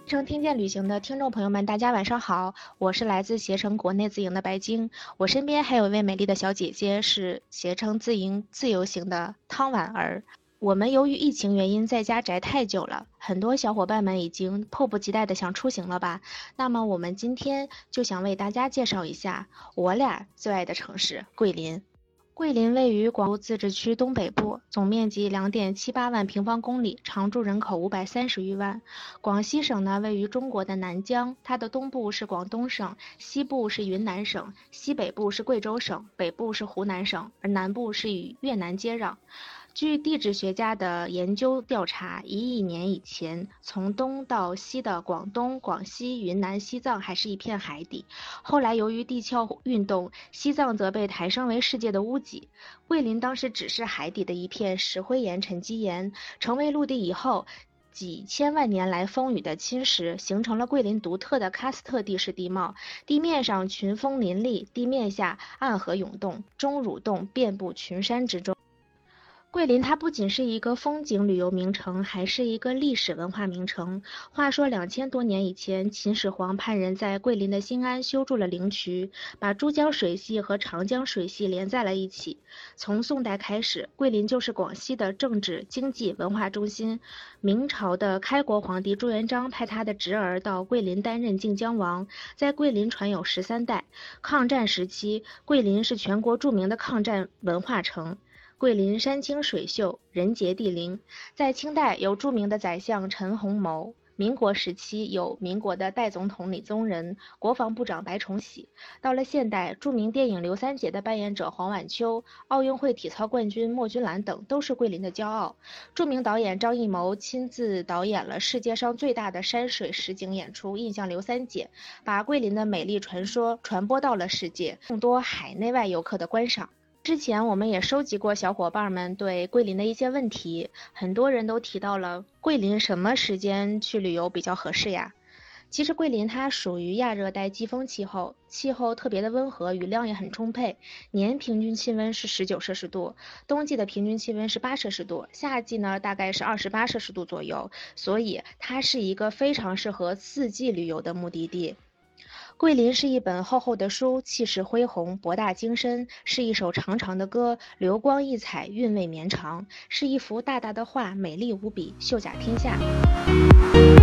携程听见旅行的听众朋友们，大家晚上好，我是来自携程国内自营的白晶，我身边还有一位美丽的小姐姐，是携程自营自由行的汤婉儿。我们由于疫情原因在家宅太久了，很多小伙伴们已经迫不及待的想出行了吧？那么我们今天就想为大家介绍一下我俩最爱的城市桂林。桂林位于广州自治区东北部，总面积2.78万平方公里，常住人口530余万。广西省呢位于中国的南疆，它的东部是广东省，西部是云南省，西北部是贵州省，北部是湖南省，而南部是与越南接壤。据地质学家的研究调查，1亿年以前，从东到西的广东、广西、云南、西藏还是一片海底。后来由于地壳运动，西藏则被抬升为世界的屋脊。桂林当时只是海底的一片石灰岩沉积岩，成为陆地以后，几千万年来风雨的侵蚀，形成了桂林独特的喀斯特地势地貌。地面上群峰林立，地面下暗河涌动，钟乳洞遍布群山之中。桂林它不仅是一个风景旅游名城，还是一个历史文化名城。话说2000多年以前，秦始皇派人在桂林的新安修筑了灵渠，把珠江水系和长江水系连在了一起。从宋代开始，桂林就是广西的政治、经济、文化中心。明朝的开国皇帝朱元璋派他的侄儿到桂林担任靖江王，在桂林传有13代。抗战时期，桂林是全国著名的抗战文化城。桂林山清水秀，人杰地灵。在清代有著名的宰相陈洪谋，民国时期有民国的代总统李宗仁，国防部长白崇禧。到了现代，著名电影《刘三姐》的扮演者黄婉秋，奥运会体操冠军莫君兰等都是桂林的骄傲。著名导演张艺谋亲自导演了世界上最大的山水实景演出《印象刘三姐》，把桂林的美丽传说传播到了世界，更多海内外游客的观赏。之前我们也收集过小伙伴们对桂林的一些问题，很多人都提到了桂林什么时间去旅游比较合适呀？其实桂林它属于亚热带季风气候，气候特别的温和，雨量也很充沛，年平均气温是19摄氏度，冬季的平均气温是8摄氏度，夏季呢大概是28摄氏度左右，所以它是一个非常适合四季旅游的目的地。桂林是一本厚厚的书，气势恢宏，博大精深；是一首长长的歌，流光溢彩，韵味绵长；是一幅大大的画，美丽无比，秀甲天下。